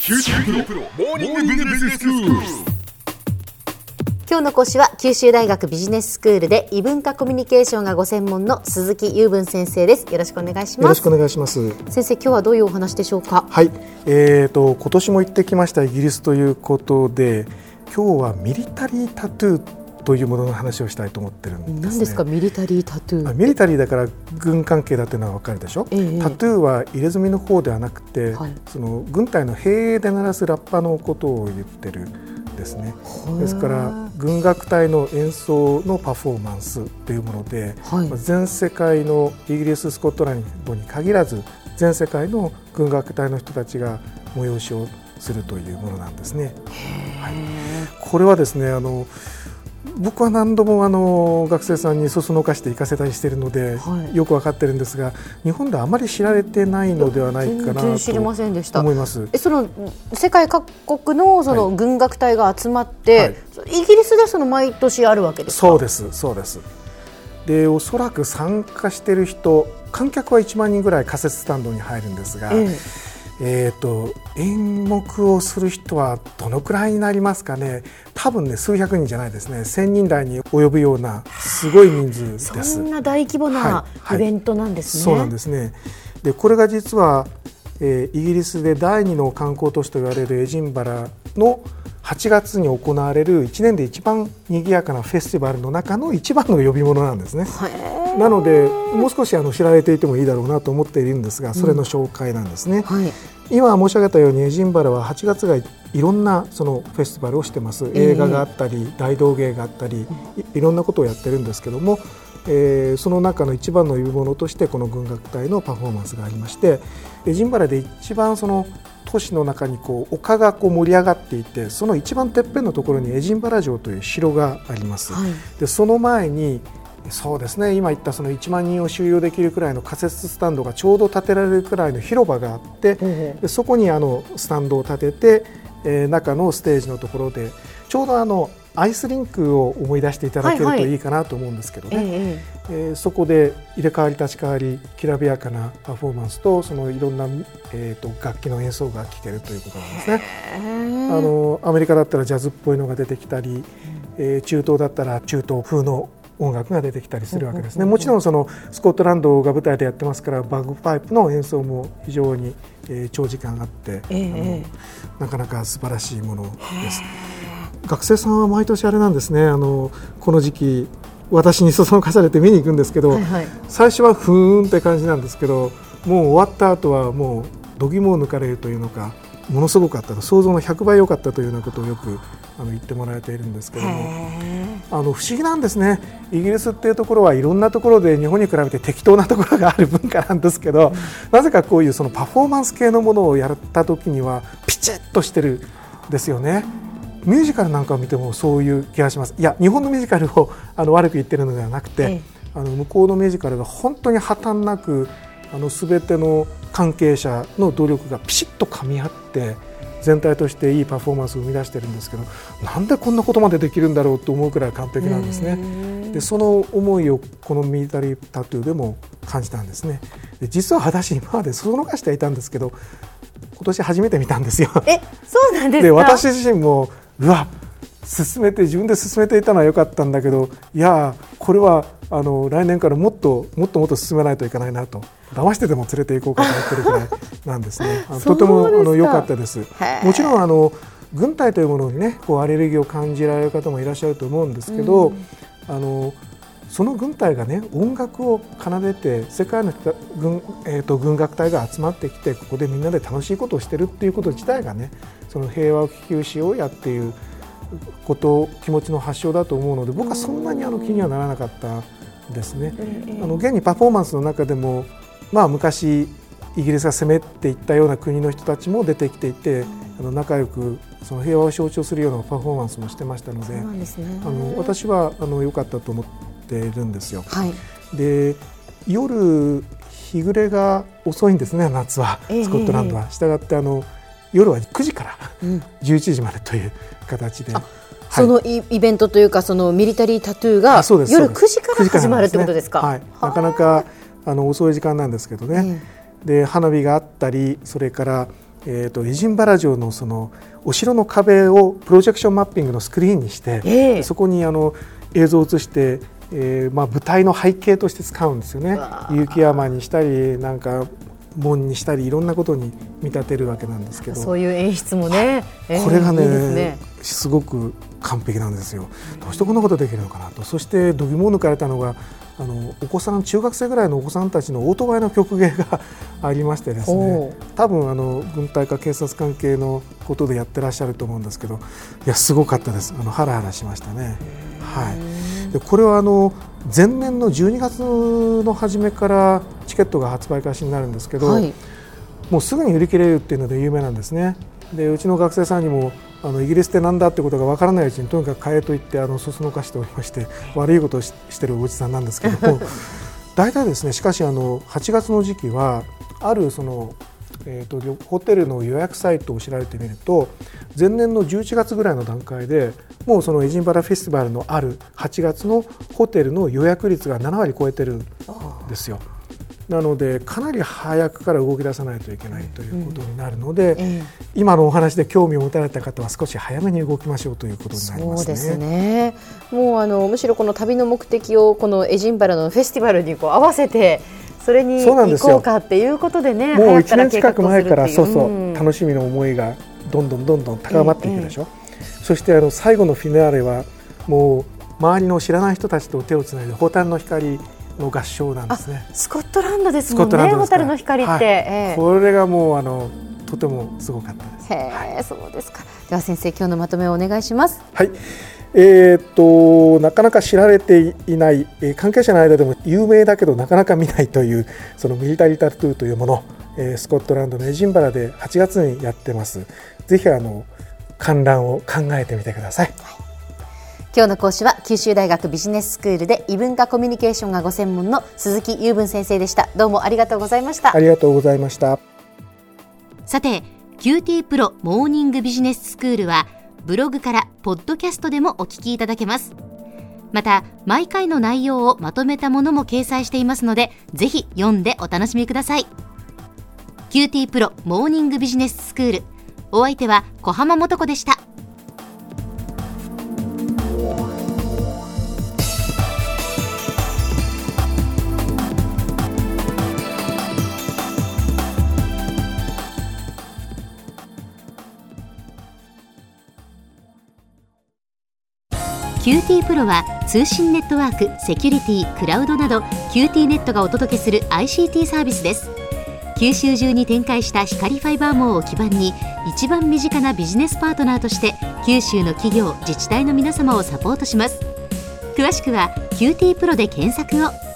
九州プロモーニングビジネススクール。 今日の講師は九州大学ビジネススクールで異文化コミュニケーションがご専門の鈴木雄文先生です。よろしくお願いします。 よろしくお願いします。 先生、今日はどういうお話でしょうか。 はい、今年も行ってきましたイギリスということで、今日はミリタリータトゥーというものの話をしたいと思ってるんですね。 何ですかミリタリータトゥー。 ミリタリーだから軍関係だというのは分かるでしょ、タトゥーは入れ墨の方ではなくて、その軍隊の兵営で鳴らすラッパのことを言ってるんですね。ですから軍楽隊の演奏のパフォーマンスというもので、全世界のイギリス、スコットランドに限らず全世界の軍楽隊の人たちが催しをするというものなんですね。これはですね、僕は何度も学生さんにそそのかして行かせたりしているので、よく分かってるんですが、日本ではあまり知られてないのではないかなと思います。 全然知りませんでした。 その世界各国のその軍楽隊が集まって、イギリスでその毎年あるわけですか。 そうですそうです。で、おそらく参加している人、観客は1万人ぐらい仮設スタンドに入るんですが、演目をする人はどのくらいになりますかね。多分ね、数百人じゃないですね。1000人台に及ぶようなすごい人数です。 そんな大規模なイベントなんですね。 そうなんですね。で、これが実は、イギリスで第2の観光都市と言われるエジンバラの8月に行われる1年で一番賑やかなフェスティバルの中の一番の呼び物なんですね。なのでもう少し知られていてもいいだろうなと思っているんですが、それの紹介なんですね。今申し上げたようにエジンバラは8月がいろんなそのフェスティバルをしてます。映画があったり大道芸があったり、いろんなことをやってるんですけども、その中の一番の呼び物としてこの軍楽隊のパフォーマンスがありまして、エジンバラで一番その都市の中に丘が盛り上がっていて、その一番てっぺんのところにエジンバラ城という城があります。で、その前にそうですね、今言ったその1万人を収容できるくらいの仮設スタンドがちょうど建てられるくらいの広場があって、でそこにスタンドを立てて、中のステージのところでちょうどアイスリンクを思い出していただけるといいかなと思うんですけどね、そこで入れ替わり立ち替わりきらびやかなパフォーマンスとそのいろんな、楽器の演奏が聴けるということなんですね。アメリカだったらジャズっぽいのが出てきたり、中東だったら中東風の音楽が出てきたりするわけですね。もちろんそのスコットランドが舞台でやってますから、バグパイプの演奏も非常に、長時間あって、なかなか素晴らしいものです。学生さんは毎年あれなんですね、この時期私にそそのかされて見に行くんですけど、最初はふーんって感じなんですけど、もう終わった後はもう度肝を抜かれるというのか、ものすごかったと、想像の100倍良かったというようなことをよく言ってもらえているんですけども、不思議なんですね。イギリスっていうところはいろんなところで日本に比べて適当なところがある文化なんですけど、なぜかこういうそのパフォーマンス系のものをやった時にはピチッとしてるんですよね。ミュージカルなんかを見てもそういう気がします。いや、日本のミュージカルを悪く言ってるのではなくて、向こうのミュージカルが本当に破綻なく全ての関係者の努力がピシッと噛み合って全体としていいパフォーマンスを生み出してるんですけど、なんでこんなことまでできるんだろうと思うくらい完璧なんですね。で、その思いをこのミリタリータトゥーでも感じたんですね。で、実は私今までそそのかしていたんですけど、今年初めて見たんですよ。 そうなんですか。 で、私自身も自分で進めていたのは良かったんだけど、いやこれは来年からもっと進めないといけないなと、騙してでも連れて行こうかと思ってるくらいなんですね。とても良かったです。もちろん軍隊というものにね、アレルギーを感じられる方もいらっしゃると思うんですけど、その軍隊がね、音楽を奏でて世界の軍楽隊が集まってきて、ここでみんなで楽しいことをしてるっていうこと自体がね、その平和を希求しようやっていう気持ちの発祥だと思うので、僕はそんなに気にはならなかったですね。現にパフォーマンスの中でも、昔イギリスが攻めていったような国の人たちも出てきていて、仲良くその平和を象徴するようなパフォーマンスもしてましたので、私は良かったと思っているんですよ。で、夜日暮れが遅いんですね、夏はスコットランドは。したがって夜は9時から11時までという形で、 そのイベントというか、そのミリタリータトゥーが夜9時から始まるってことですか。 なかなか遅い時間なんですけどね。で、花火があったり、それからエジンバラ城のそのお城の壁をプロジェクションマッピングのスクリーンにして、そこに映像を映して、舞台の背景として使うんですよね。雪山にしたりなんか門にしたりいろんなことに見立てるわけなんですけど、 そういう演出もね、 これがね、 いいですね。 すごく完璧なんですよ。どうしてこんなことできるのかなと。そして度肝を抜かれたのがお子さん、中学生ぐらいのお子さんたちのオートバイの曲芸がありましてですね、多分軍隊か警察関係のことでやってらっしゃると思うんですけど、いやすごかったです。ハラハラしましたね。はい、でこれは前年の12月の初めからチケットが発売開始になるんですけど、はい、もうすぐに売り切れるっていうので有名なんですね。でうちの学生さんにもイギリスってなんだってことがわからないうちにとにかく買えと言ってそそのかしておりまして、悪いことをしてるおじさんなんですけども大体ですね、しかし8月の時期はあるホテルの予約サイトを調べてみると、前年の11月ぐらいの段階でもうそのエジンバラフェスティバルのある8月のホテルの予約率が7割超えてるんですよ。なのでかなり早くから動き出さないといけないということになるので、今のお話で興味を持たれた方は少し早めに動きましょうということになりますね。 そうですね。もうむしろこの旅の目的をこのエジンバラのフェスティバルに合わせてそれに行こうかっていうことでね、 もう1年近く前から楽しみの思いがどんどん高まっていくでしょ。そして最後のフィナーレはもう周りの知らない人たちと手をつないでホタルの光の合唱なんですね。 スコットランドですもんね、ホタルの光って、 これがもうとてもすごかったです。 そうですか。では先生、今日のまとめをお願いします。 はい、なかなか知られていない、関係者の間でも有名だけどなかなか見ないというそのミリタリータトゥーというもの、スコットランドのエジンバラで8月にやってます。ぜひ観覧を考えてみてください。 今日の講師は九州大学ビジネススクールで異文化コミュニケーションがご専門の鈴木雄文先生でした。どうもありがとうございました。 ありがとうございました。 さて、QT プロモーニングビジネススクールはブログからポッドキャストでもお聞きいただけます。また毎回の内容をまとめたものも掲載していますので、ぜひ読んでお楽しみください。QT プロモーニングビジネススクール、お相手は小浜もとこでした。QT プロは通信ネットワーク、セキュリティ、クラウドなど QT ネットがお届けする ICT サービスです。九州中に展開した光ファイバー網を基盤に一番身近なビジネスパートナーとして九州の企業、自治体の皆様をサポートします。詳しくは QT プロで検索を。